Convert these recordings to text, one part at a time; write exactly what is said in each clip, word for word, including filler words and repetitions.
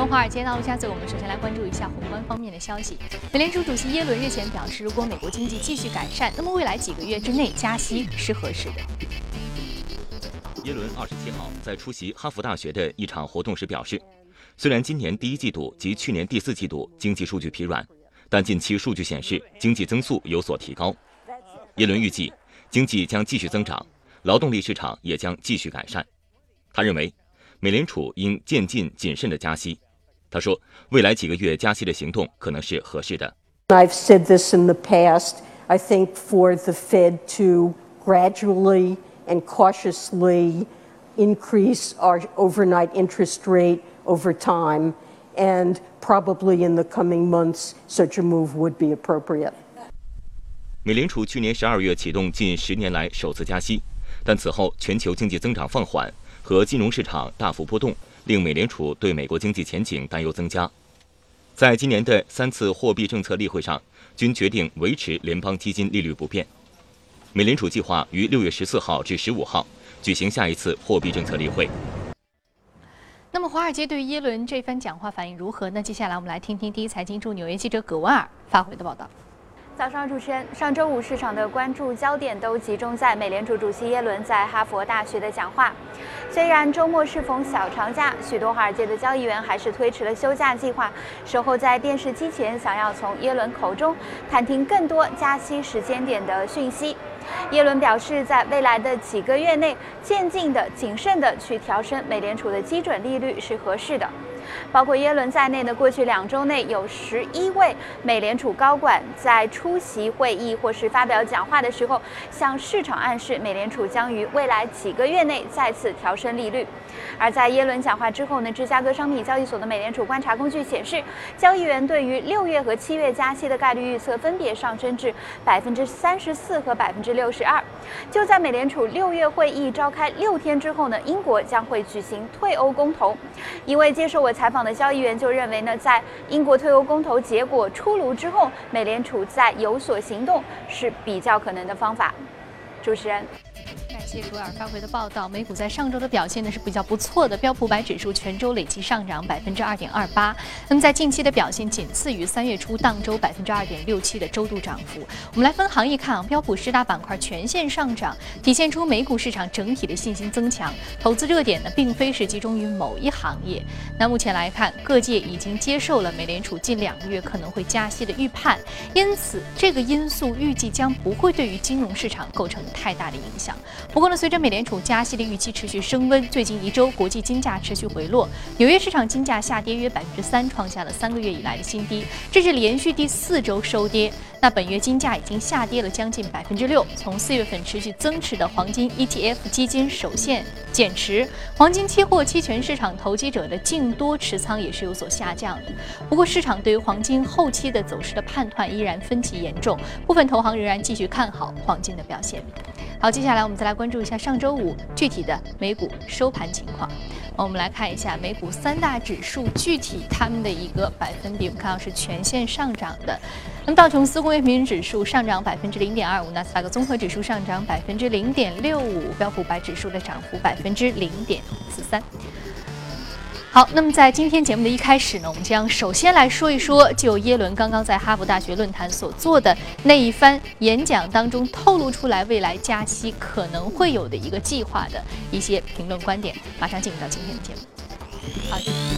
从华尔街到陆家嘴，我们首先来关注一下宏观方面的消息。美联储主席耶伦日前表示，如果美国经济继续改善，那么未来几个月之内加息是合适的。 耶伦二十七号在出席哈佛大学的一场活动时表示，虽然今年第一季度及去年第四季度经济数据疲软，但近期数据显示经济增速有所提高。耶伦预计经济将继续增长，劳动力市场也将继续改善。他认为，美联储应渐进谨慎的加息。他说，未来几个月加息的行动可能是合适的。 I've said this in the past. I think for the Fed to gradually and cautiously increase our overnight interest rate over time, and probably in the coming months, such a move would be appropriate. 美联储去年十二月启动近十年来首次加息，但此后全球经济增长放缓和金融市场大幅波动，令美联储对美国经济前景担忧增加。在今年的三次货币政策例会上，均决定维持联邦基金利率不变。美联储计划于六月十四号至十五号举行下一次货币政策例会。 那么，华尔街对于耶伦这番讲话反应如何呢？接下来我们来听听第一财经驻纽约记者葛万尔发回的报道。 早上，主持人，上周五市场的关注焦点都集中在美联储主席耶伦在哈佛大学的讲话。虽然周末适逢小长假，许多华尔街的交易员还是推迟了休假计划，守候在电视机前，想要从耶伦口中探听更多加息时间点的讯息。耶伦表示，在未来的几个月内，渐进的、谨慎的去调升美联储的基准利率是合适的。包括耶伦在内的过去两周内，有十一位美联储高管在出席会议或是发表讲话的时候，向市场暗示美联储将于未来几个月内再次调升利率。而在耶伦讲话之后呢，芝加哥商品交易所的美联储观察工具显示，交易员对于六月和七月加息的概率预测分别上升至百分之三十四和百分之六十二。就在美联储六月会议召开六天之后呢，英国将会举行退欧公投。一位接受我采访的交易员就认为呢，在英国退欧公投结果出炉之后，美联储再有所行动是比较可能的方法。主持人。 感谢葛尔发回的报道。美股在上周的表现呢是比较不错的，标普百指数全周累计上涨百分之二点二八。那么在近期的表现仅次于三月初当周百分之二点六七的周度涨幅。我们来分行业看啊，标普十大板块全线上涨，体现出美股市场整体的信心增强。投资热点呢并非是集中于某一行业。那目前来看，各界已经接受了美联储近两个月可能会加息的预判，因此这个因素预计将不会对于金融市场构成太大的影响。不过呢，随着美联储加息的预期持续升温，最近一周国际金价持续回落，纽约市场金价下跌约百分之三，创下了三个月以来的新低，这是连续第四周收跌。那本月金价已经下跌了将近百分之六，从四月份持续增持的黄金 E T F 基金首现减持，黄金期货期权市场投机者的净多持仓也是有所下降的。不过市场对于黄金后期的走势的判断依然分歧严重，部分投行仍然继续看好黄金的表现。好，接下来我们再来关注一下上周五具体的美股收盘情况。我们来看一下美股三大指数具体它们的一个百分比，我们看到是全线上涨的。那么道琼斯工业平均指数上涨百分之零点二五，纳斯达克综合指数上涨百分之零点六五，标普百指数的涨幅百分之零点四三。好，那么在今天节目的一开始呢，我们将首先来说一说，就耶伦刚刚在哈佛大学论坛所做的那一番演讲当中透露出来未来加息可能会有的一个计划的一些评论观点。马上进入到今天的节目。好，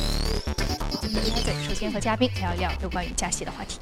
首先和嘉宾聊一聊有关于加息的话题。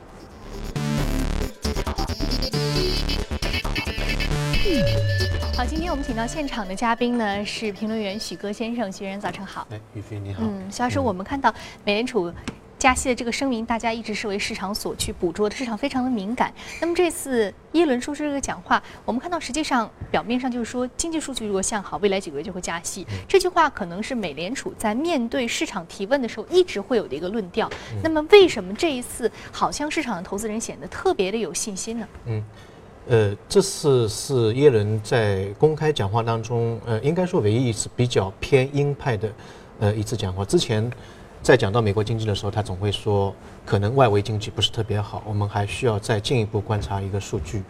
好，今天我们请到现场的嘉宾呢是评论员许戈先生，许人早晨好。 哎，宇飞你好。 嗯，徐老师，我们看到美联储加息的这个声明，大家一直视为市场所去捕捉的，市场非常的敏感。那么这次耶伦说出这个讲话，我们看到实际上表面上就是说经济数据如果向好，未来几个月就会加息。这句话可能是美联储在面对市场提问的时候一直会有的一个论调。那么为什么这一次好像市场的投资人显得特别的有信心呢？嗯。 呃，这次是耶伦在公开讲话当中，呃，应该说唯一一次比较偏鹰派的，呃，一次讲话。之前在讲到美国经济的时候，他总会说，可能外围经济不是特别好，我们还需要再进一步观察一个数据。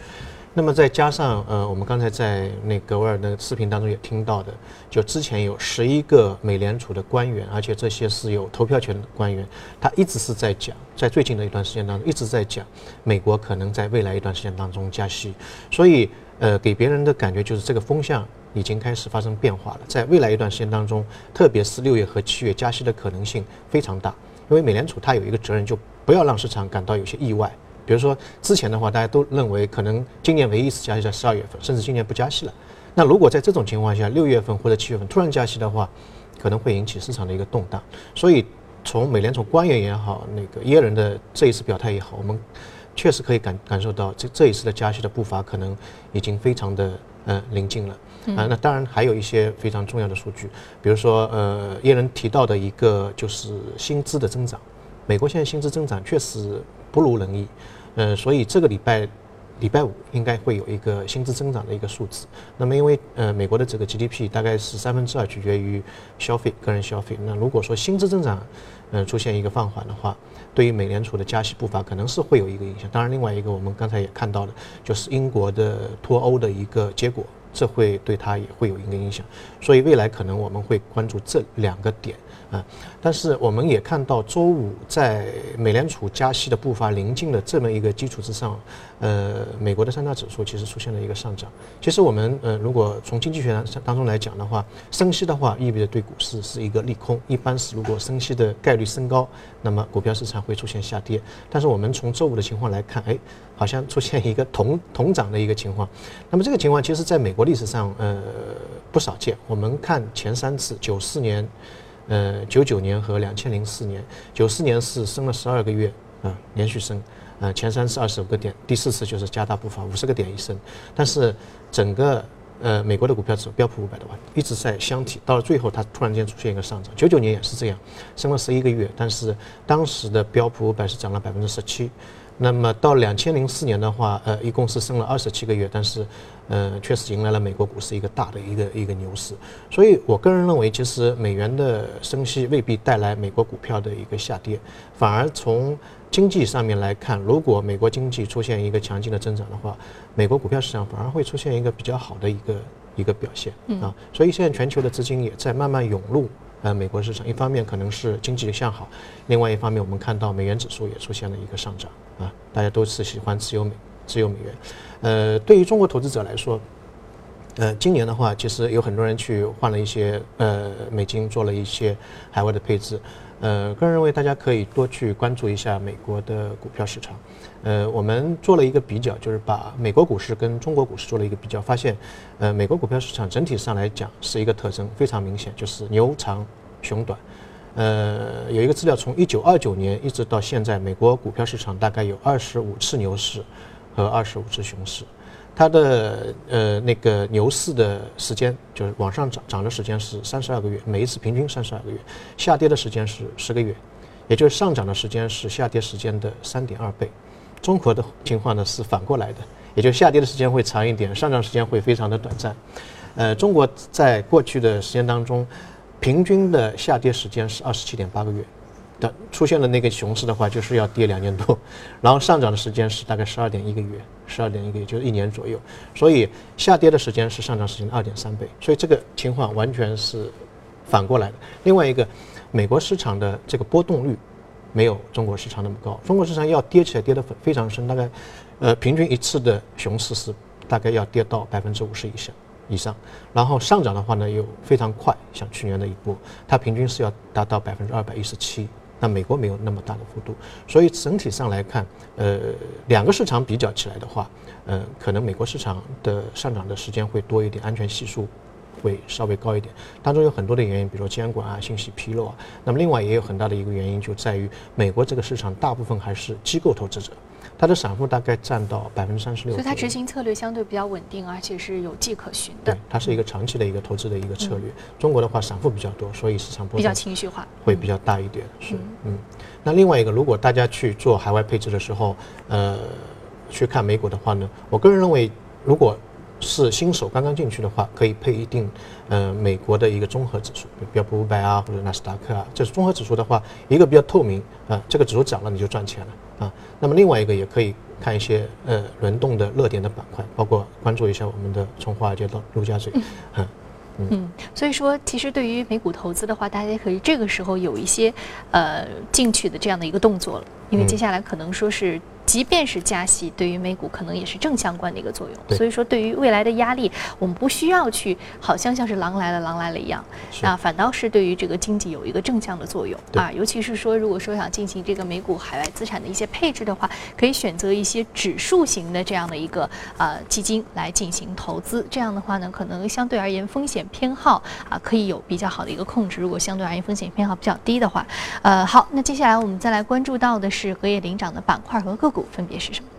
那么再加上呃，我们刚才在那个威尔的视频当中也听到的，就之前有十一个美联储的官员，而且这些是有投票权的官员，他一直是在讲，在最近的一段时间当中一直在讲，美国可能在未来一段时间当中加息，所以呃，给别人的感觉就是这个风向已经开始发生变化了，在未来一段时间当中，特别是六月和七月加息的可能性非常大，因为美联储它有一个责任，就不要让市场感到有些意外。比如说之前的话，大家都认为可能今年唯一一次加息在十二月份，甚至今年不加息了。那如果在这种情况下，六月份或者七月份突然加息的话，可能会引起市场的一个动荡。所以从美联储官员也好，那个耶伦的这一次表态也好，我们确实可以感感受到这这一次的加息的步伐可能已经非常的呃临近了。啊，那当然还有一些非常重要的数据，比如说呃耶伦提到的一个就是薪资的增长，美国现在薪资增长确实不如人意。呃，所以这个礼拜，礼拜五应该会有一个薪资增长的一个数字。那么因为呃美国的这个 G D P 大概是三分之二取决于消费，个人消费。那如果说薪资增长呃出现一个放缓的话，对于美联储的加息步伐可能是会有一个影响。当然，另外一个我们刚才也看到了，就是英国的脱欧的一个结果，这会对它也会有一个影响。所以未来可能我们会关注这两个点。啊，但是我们也看到，周五在美联储加息的步伐临近的这么一个基础之上，呃，美国的三大指数其实出现了一个上涨。其实我们呃，如果从经济学当中来讲的话，升息的话意味着对股市是一个利空。一般是如果升息的概率升高，那么股票市场会出现下跌。但是我们从周五的情况来看，哎，好像出现一个同同涨的一个情况。那么这个情况其实在美国历史上呃不少见。我们看前三次，九四年。呃，九九年和两千零四年，九四年是升了十二个月啊、呃，连续升，呃，前三次二十五个点，第四次就是加大步伐，五十个点一升。但是整个呃美国的股票指数标普五百的话，一直在箱体，到了最后它突然间出现一个上涨。九九年也是这样，升了十一个月，但是当时的标普五百是涨了百分之十七。那么到两千零四年的话，呃，一共是升了二十七个月，但是，呃，确实迎来了美国股市一个大的一个一个牛市。所以我个人认为，其实美元的升息未必带来美国股票的一个下跌，反而从经济上面来看，如果美国经济出现一个强劲的增长的话，美国股票市场反而会出现一个比较好的一个一个表现啊。所以现在全球的资金也在慢慢涌入。呃，美国市场一方面可能是经济向好，另外一方面我们看到美元指数也出现了一个上涨啊，大家都是喜欢持有美持有美元。呃，对于中国投资者来说，呃，今年的话，其实有很多人去换了一些呃美金，做了一些海外的配置。呃，个人认为大家可以多去关注一下美国的股票市场。呃，我们做了一个比较，就是把美国股市跟中国股市做了一个比较，发现，呃，美国股票市场整体上来讲是一个特征非常明显，就是牛长熊短。呃，有一个资料，从一九二九年一直到现在，美国股票市场大概有二十五次牛市和二十五次熊市。它的呃那个牛市的时间就是往上涨涨的时间是三十二个月，每一次平均三十二个月，下跌的时间是十个月，也就是上涨的时间是下跌时间的三点二倍。中国的情况呢是反过来的，也就是下跌的时间会长一点，上涨时间会非常的短暂。呃，中国在过去的时间当中，平均的下跌时间是二十七点八个月。的出现了那个熊市的话，就是要跌两年多，然后上涨的时间是大概十二点一个月，十二点一个月就是一年左右，所以下跌的时间是上涨时间的二点三倍，所以这个情况完全是反过来的。另外一个，美国市场的这个波动率没有中国市场那么高，中国市场要跌起来跌得非常深，大概呃平均一次的熊市是大概要跌到百分之五十以上。以上，然后上涨的话呢又非常快，像去年的一波，它平均是要达到百分之二百一十七。那美国没有那么大的幅度，所以整体上来看，呃，两个市场比较起来的话，呃，可能美国市场的上涨的时间会多一点，安全系数会稍微高一点。当中有很多的原因，比如说监管啊、信息披露啊。那么另外也有很大的一个原因就在于美国这个市场大部分还是机构投资者。它的散户大概占到百分之三十六， 所以它执行策略相对比较稳定，而且是有迹可循的。 对，它是一个长期的一个投资的一个策略。嗯、中国的话，散户比较多，所以市场波动比较情绪化， 会比较大一点。嗯、是，嗯。那另外一个，如果大家去做海外配置的时候，呃，去看美股的话呢，我个人认为，如果是新手刚刚进去的话，可以配一定呃美国的一个综合指数，比如标普五百啊或者纳斯达克啊，这是综合指数的话，一个比较透明啊，这个指数涨了你就赚钱了啊。那么另外一个也可以看一些呃轮动的热点的板块，包括关注一下我们的从华尔街到陆家嘴，嗯。 嗯，所以说，其实对于美股投资的话，大家可以这个时候有一些呃进去的这样的一个动作了，因为接下来可能说是。即便是加息，对于美股可能也是正相关的一个作用。所以说，对于未来的压力，我们不需要去好像像是狼来了，狼来了一样，啊，反倒是对于这个经济有一个正向的作用啊。尤其是说，如果说想进行这个美股海外资产的一些配置的话，可以选择一些指数型的这样的一个呃基金来进行投资。这样的话呢，可能相对而言风险偏好啊可以有比较好的一个控制。如果相对而言风险偏好比较低的话，呃，好，那接下来我们再来关注到的是隔夜领涨的板块和个股。分别是什么？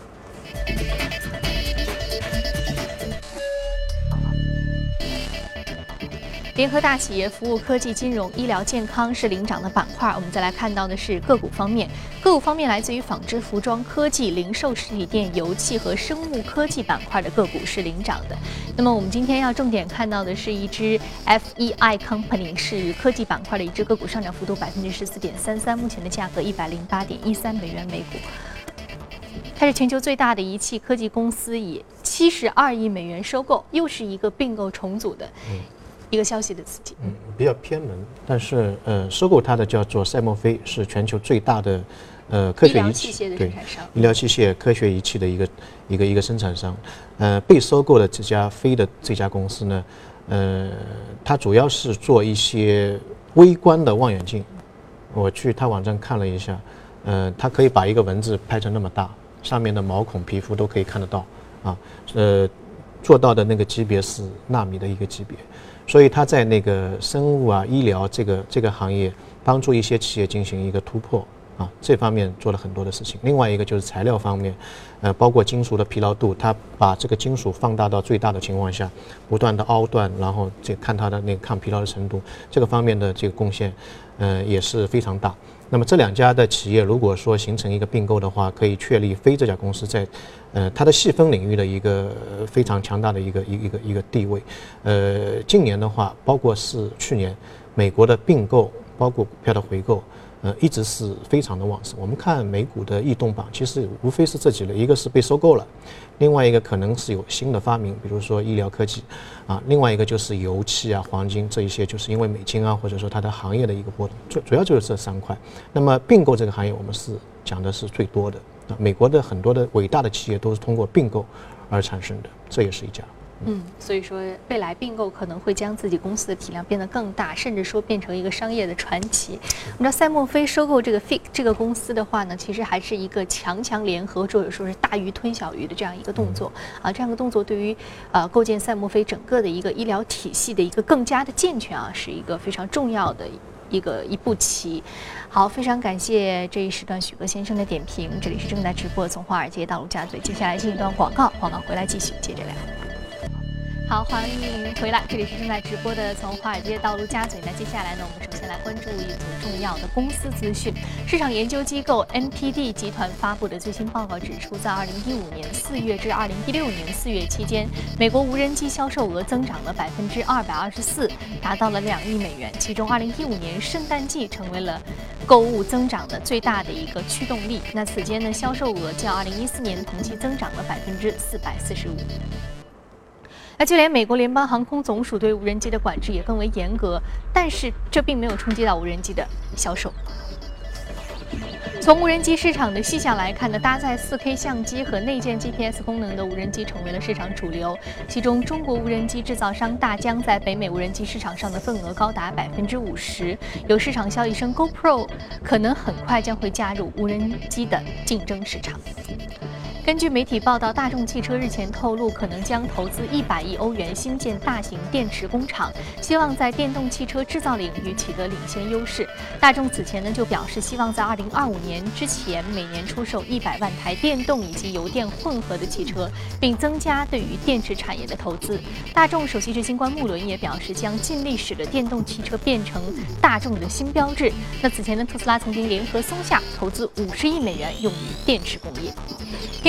联合大企业、服务科技、金融、医疗健康是领涨的板块。我们再来看到的是个股方面，个股方面来自于纺织、服装、科技、零售、实体店、油气和生物科技板块的个股是领涨的。那么我们今天要重点看到的是一只 F E I Company， 是科技板块的一只个股，上涨幅度百分之十四点三三，目前的价格一百零八点一三美元每股。它是全球最大的仪器科技公司，以七十二亿美元收购，又是一个并购重组的一个消息的刺激。 嗯，比较偏门，但是呃，收购它的叫做赛默菲，是全球最大的呃科学仪器对医疗器械科学仪器的一个一个一个生产商。呃，被收购的这家非的这家公司呢，呃，它主要是做一些微观的望远镜。我去它网站看了一下，呃，它可以把一个文字拍成那么大。上面的毛孔、皮肤都可以看得到，啊，呃，做到的那个级别是纳米的一个级别，所以它在那个生物啊、医疗这个这个行业，帮助一些企业进行一个突破啊，这方面做了很多的事情。另外一个就是材料方面，呃，包括金属的疲劳度，它把这个金属放大到最大的情况下，不断的凹断，然后这看它的那个抗疲劳的程度，这个方面的这个贡献，呃，也是非常大。那么这两家的企业如果说形成一个并购的话，可以确立非这家公司在，呃，它的细分领域的一个非常强大的一个一个一个地位。呃，近年的话，包括是去年美国的并购，包括股票的回购，呃，一直是非常的旺盛。我们看美股的异动榜，其实无非是这几类，一个是被收购了，另外一个可能是有新的发明，比如说医疗科技，啊，另外一个就是油气啊、黄金这一些，就是因为美金啊，或者说它的行业的一个波动，主主要就是这三块。那么并购这个行业，我们是讲的是最多的啊。美国的很多的伟大的企业都是通过并购而产生的，这也是一家。 嗯，所以说未来并购可能会将自己公司的体量变得更大，甚至说变成一个商业的传奇。我们知道赛默菲收购这个 F I C 这个公司的话呢，其实还是一个强强联合，或者说是大鱼吞小鱼的这样一个动作啊。这样的动作对于呃构建赛默菲整个的一个医疗体系的一个更加的健全啊，是一个非常重要的一个一步棋。好，非常感谢这一时段许哥先生的点评。这里是正在直播从华尔街到陆家嘴，接下来进一段广告，广告回来继续接着聊。好，欢迎回来，这里是正在直播的从华尔街到陆家嘴。那接下来呢，我们首先来关注一组重要的公司资讯。市场研究机构 N P D 集团发布的最新报告指出，在二零一五年四月至二零一六年四月期间，美国无人机销售额增长了百分之二百二十四，达到了两亿美元。其中，二零一五年圣诞季成为了购物增长的最大的一个驱动力。那此间呢，销售额较二零一四年同期增长了百分之四百四十五。那就连美国联邦航空总署对无人机的管制也更为严格，但是这并没有冲击到无人机的销售。从无人机市场的细项来看呢，搭载 四K 相机和内建 G P S 功能的无人机成为了市场主流。其中，中国无人机制造商大疆在北美无人机市场上的份额高达百分之五十。有市场消息称 ，GoPro 可能很快将会加入无人机的竞争市场。根据媒体报道，大众汽车日前透露，可能将投资一百亿欧元兴建大型电池工厂，希望在电动汽车制造领域取得领先优势。大众此前呢就表示，希望在二零二五年之前每年出售一百万台电动以及油电混合的汽车，并增加对于电池产业的投资。大众首席执行官穆伦也表示，将尽力使得电动汽车变成大众的新标志。那此前呢，特斯拉曾经联合松下投资五十亿美元用于电池工业。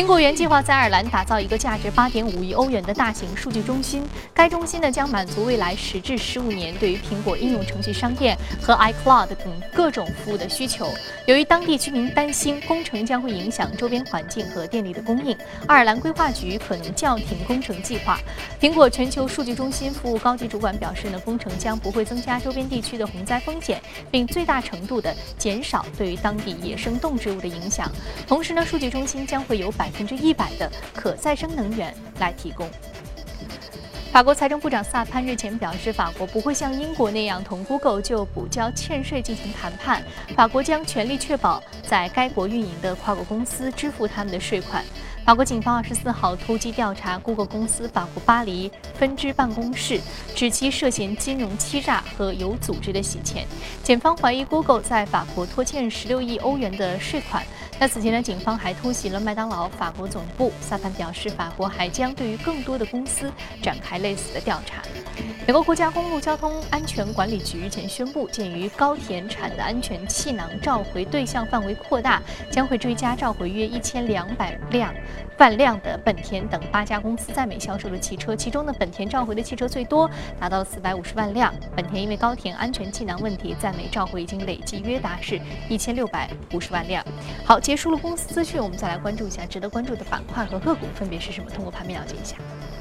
苹果原计划在爱尔兰打造一个价值八点五亿欧元的大型数据中心，该中心呢将满足未来十至十五年对于苹果应用程序商店和 iCloud 等各种服务的需求。由于当地居民担心工程将会影响周边环境和电力的供应，爱尔兰规划局可能叫停工程计划。苹果全球数据中心服务高级主管表示呢，工程将不会增加周边地区的洪灾风险，并最大程度地减少对于当地野生动植物的影响。同时呢，数据中心将会有百分之一百的可再生能源来提供。法国财政部长萨潘日前表示，法国不会像英国那样同 Google 就补交欠税进行谈判，法国将全力确保在该国运营的跨国公司支付他们的税款。法国警方二十四号突击调查 Google 公司法国巴黎分支办公室，指其涉嫌金融欺诈和有组织的洗钱。检方怀疑 Google 在法国拖欠十六亿欧元的税款。那此前呢，警方还突袭了麦当劳法国总部。萨潘表示，法国还将对于更多的公司展开类似的调查。美国国家公路交通安全管理局日前宣布，鉴于高田产的安全气囊召回对象范围扩大，将会追加召回约一千两百辆万辆的本田等八家公司在美销售的汽车，其中呢，本田召回的汽车最多，达到四百五十万辆。本田因为高田安全气囊问题，在美召回已经累计约达是一千六百五十万辆。好，结束了公司资讯，我们再来关注一下值得关注的板块和个股分别是什么，通过盘面了解一下。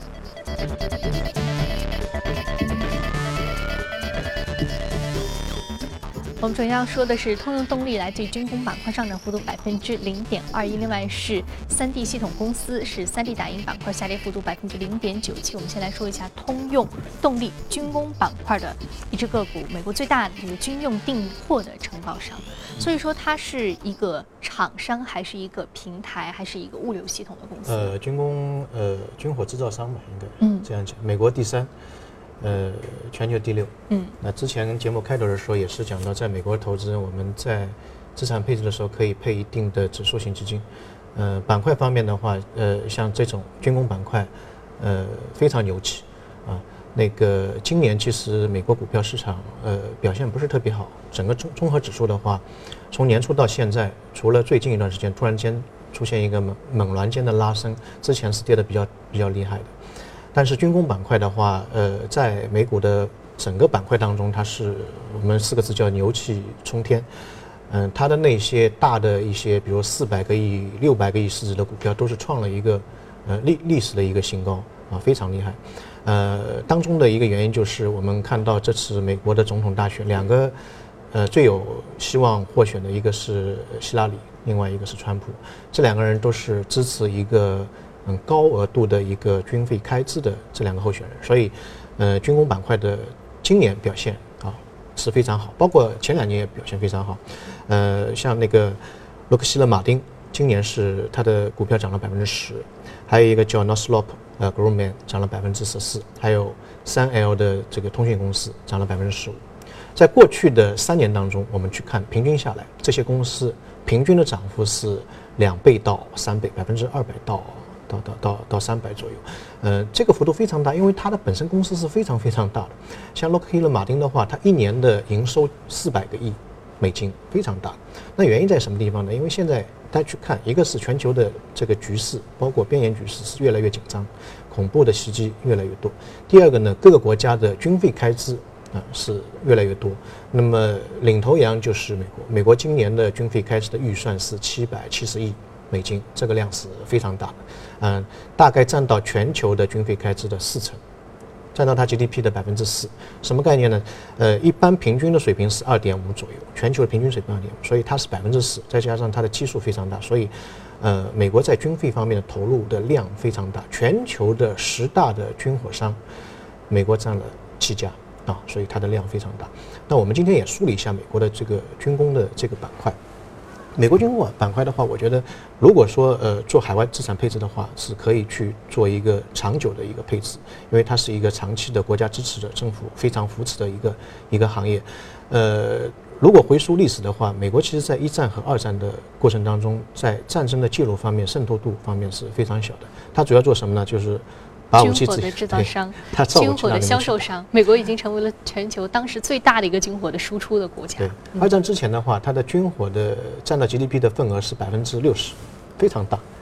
我们首先要说的是通用动力，来自于军工板块上涨幅度百分之零点二一，另外是三 D 系统公司是三 D 打印板块下跌幅度百分之零点九七。我们先来说一下通用动力军工板块的一只个股，美国最大的这个军用订货的承包商，所以说它是一个厂商，还是一个平台，还是一个物流系统的公司？ 呃，军工呃军火制造商吧，应该嗯这样讲。美国第三。呃，全球第六。 嗯， 那之前节目开头的时候也是讲到，在美国投资，我们在资产配置的时候可以配一定的指数型基金。呃，板块方面的话，呃，像这种军工板块，呃，非常牛气啊。那个今年其实美国股票市场呃表现不是特别好，整个综综合指数的话，从年初到现在，除了最近一段时间突然间出现一个猛猛然间的拉升，之前是跌得比较比较厉害的。但是军工板块的话，呃，在美股的整个板块当中，它是我们四个字叫牛气冲天。嗯、呃，它的那些大的一些，比如四百个亿、六百个亿市值的股票，都是创了一个呃历历史的一个新高啊，非常厉害。呃，当中的一个原因就是我们看到这次美国的总统大选，两个呃最有希望获选的一个是希拉里，另外一个是川普，这两个人都是支持一个。很高额度的一个军费开支的这两个候选人，所以，呃，军工板块的今年表现啊是非常好，包括前两年也表现非常好。呃，像那个洛克希勒马丁，今年是它的股票涨了百分之十，还有一个叫 Northrop 呃 Grumman 涨了百分之十四，还有三 L 的这个通讯公司涨了百分之十五。在过去的三年当中，我们去看平均下来，这些公司平均的涨幅是两倍到三倍，百分之二百到。到到到到三百左右，呃，这个幅度非常大，因为它的本身公司是非常非常大的。像洛克希勒马丁的话，它一年的营收四百个亿美金，非常大。那原因在什么地方呢？因为现在大家去看，一个是全球的这个局势，包括边缘局势是越来越紧张，恐怖的袭击越来越多。第二个呢，各个国家的军费开支啊、呃、是越来越多。那么领头羊就是美国，美国今年的军费开支的预算是七百七十亿。美金，这个量是非常大的，嗯、呃，大概占到全球的军费开支的四成，占到它 G D P 的百分之四。什么概念呢？呃，一般平均的水平是二点五左右，全球的平均水平二点五，所以它是百分之四，再加上它的基数非常大，所以，呃，美国在军费方面的投入的量非常大。全球的十大的军火商，美国占了七家啊，所以它的量非常大。那我们今天也梳理一下美国的这个军工的这个板块。美国军工板块的话，我觉得如果说呃做海外资产配置的话，是可以去做一个长久的一个配置，因为它是一个长期的国家支持的、政府非常扶持的一个一个行业。呃，如果回溯历史的话，美国其实在一战和二战的过程当中，在战争的介入方面、渗透度方面是非常小的。它主要做什么呢？就是把武器军火的制造商、 军火的销售商，美国已经成为了全球当时最大的一个军火的输出的国家。 对，二战之前的话，它的军火的占到 G D P 的份额是百分之六十，非常大。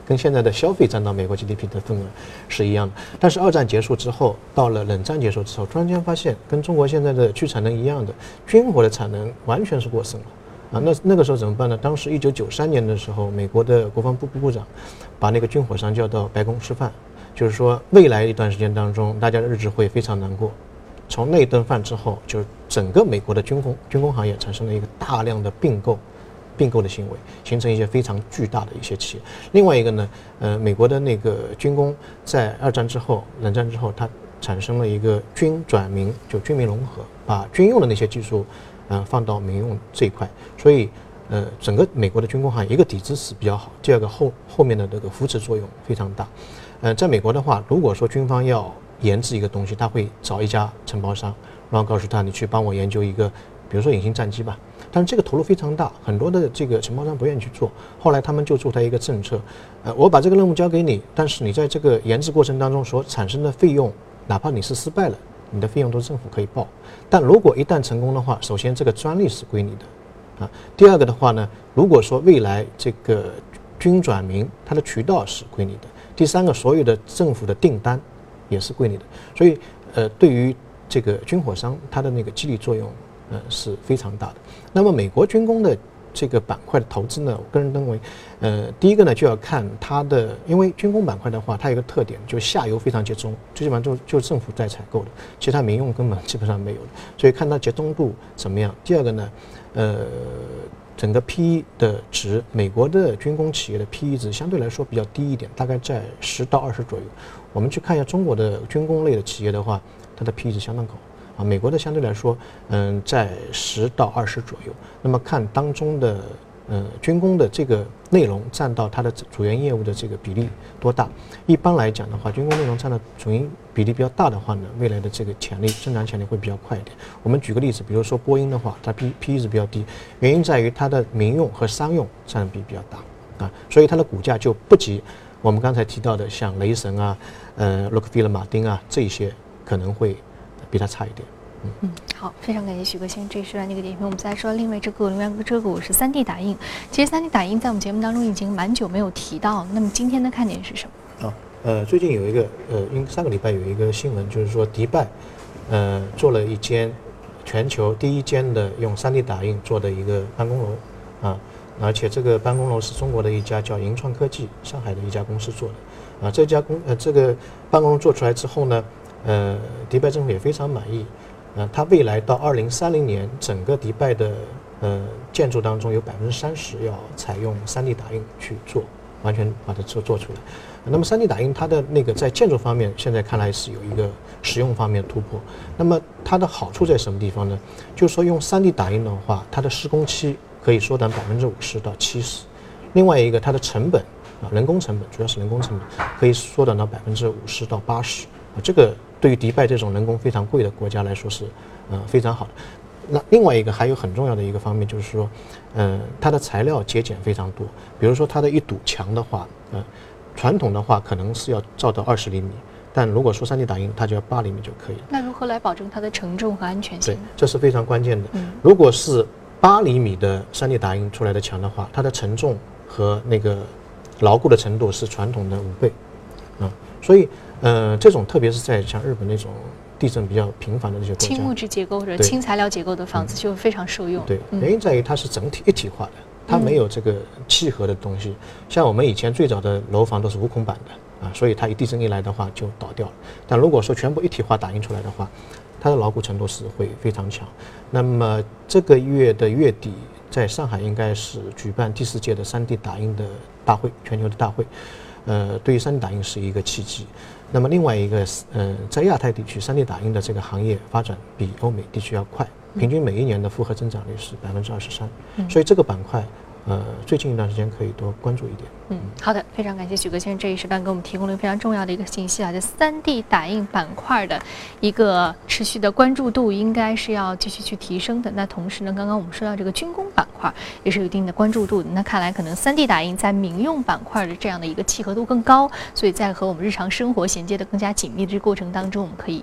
跟现在的消费占到美国 G D P 的份额是一样的。但是二战结束之后，到了冷战结束之后，突然间发现跟中国现在的去产能一样的，军火的产能完全是过剩了。啊，那那个时候怎么办呢？当时一九九三年的时候，美国的国防部部部长把那个军火商叫到白宫吃饭，就是说未来一段时间当中，大家的日子会非常难过。从那一顿饭之后，就是整个美国的军工军工行业产生了一个大量的并购。并购的行为，形成一些非常巨大的一些企业。另外一个呢，呃，美国的那个军工在二战之后、冷战之后，它产生了一个军转民，就军民融合，把军用的那些技术，呃，放到民用这一块。所以，呃，整个美国的军工行业，一个底子是比较好，第二个后后面的这个扶持作用非常大。呃，在美国的话，如果说军方要研制一个东西，他会找一家承包商，然后告诉他你去帮我研究一个，比如说隐形战机吧。但是这个投入非常大，很多的这个承包商不愿意去做。后来他们就做他一个政策，呃，我把这个任务交给你，但是你在这个研制过程当中所产生的费用，哪怕你是失败了，你的费用都是政府可以报。但如果一旦成功的话，首先这个专利是归你的，啊，第二个的话呢，如果说未来这个军转民，它的渠道是归你的，第三个所有的政府的订单也是归你的。所以，呃，对于这个军火商，它的那个激励作用。呃，是非常大的。那么美国军工的这个板块的投资呢，我个人认为，呃，第一个呢就要看它的，因为军工板块的话，它有一个特点，就是下游非常集中，最基本上就就政府在采购的，其他民用根本基本上没有的，所以看它集中度怎么样。第二个呢，呃，整个 P E 的值，美国的军工企业的 P E 值相对来说比较低一点，大概在十到二十左右。我们去看一下中国的军工类的企业的话，它的 P E 值相当高。啊，美国的相对来说，嗯，在十到二十左右。那么看当中的，呃，军工的这个内容占到它的主营业务的这个比例多大？一般来讲的话，军工内容占到主营比例比较大的话呢，未来的这个潜力增长潜力会比较快一点。我们举个例子，比如说波音的话，它 P P E 值比较低，原因在于它的民用和商用占比比较大啊，所以它的股价就不及我们刚才提到的像雷神啊、呃洛克菲勒马丁啊这一些可能会比它差一点。嗯, 嗯，好，非常感谢许哥先生这一时段这个点评。我们再说另外这个另外这个股是 三 D 打印。其实 三 D 打印在我们节目当中已经蛮久没有提到，那么今天的看点是什么？ 啊，呃，最近有一个呃，应上个礼拜有一个新闻，就是说迪拜，呃，做了一间全球第一间的用 三 D 打印做的一个办公楼啊，而且这个办公楼是中国的一家叫银创科技上海的一家公司做的啊。这家公呃这个办公楼做出来之后呢，呃，迪拜政府也非常满意。呃，它未来到二零三零年，整个迪拜的呃建筑当中有百分之三十要采用 三 D 打印去做，完全把它做做出来。那么 三 D 打印它的那个在建筑方面，现在看来是有一个实用方面的突破。那么它的好处在什么地方呢？就是说用 三 D 打印的话，它的施工期可以缩短百分之五十到七十。另外一个，它的成本啊，人工成本主要是人工成本可以缩短到百分之五十到八十啊，这个。对于迪拜这种人工非常贵的国家来说是，呃非常好的。那另外一个还有很重要的一个方面就是说，呃它的材料节俭非常多。比如说它的一堵墙的话，呃传统的话可能是要造到二十厘米，但如果说 三 D 打印，它就要八厘米就可以了。 那如何来保证它的承重和安全性？ 对，这是非常关键的。 嗯、 如果是八厘米的 三 D 打印出来的墙的话，它的承重和那个牢固的程度是传统的五倍，啊、嗯，所以。呃，这种特别是在像日本那种地震比较频繁的这些国家， 轻木质结构或者轻材料结构的房子就非常受用。 对，原因在于它是整体一体化的，它没有这个契合的东西。像我们以前最早的楼房都是无孔板的啊，所以它一地震一来的话就倒掉了。但如果说全部一体化打印出来的话，它的牢固程度是会非常强。那么这个月的月底，在上海应该是举办第四届的 三 D 打印的大会，全球的大会。呃，对于 三 D 打印是一个契机。那么另外一个，呃，在亚太地区 三 D 打印的这个行业发展比欧美地区要快，平均每一年的复合增长率是百分之二十三，所以这个板块。呃，最近一段时间可以多关注一点。 嗯，好的，非常感谢许哥先生这一时段给我们提供了非常重要的一个信息啊，这 三 D 打印板块的一个持续的关注度应该是要继续去提升的。那同时呢，刚刚我们说到这个军工板块也是有一定的关注度的。那看来可能 三 D 打印在民用板块的这样的一个契合度更高，所以在和我们日常生活衔接的更加紧密的这个过程当中，我们可以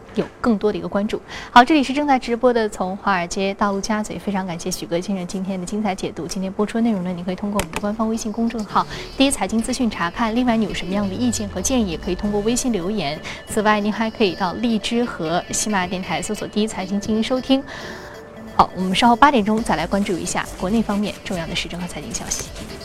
有更多的一个关注。好，这里是正在直播的从华尔街到陆家嘴，非常感谢许哥先生今天的精彩解读。今天播出的内容呢，你可以通过我们的官方微信公众号第一财经资讯查看。另外，你有什么样的意见和建议，也可以通过微信留言。此外，您还可以到荔枝和喜马拉雅电台搜索第一财经进行收听。好，我们稍后八点钟再来关注一下国内方面重要的时政和财经消息。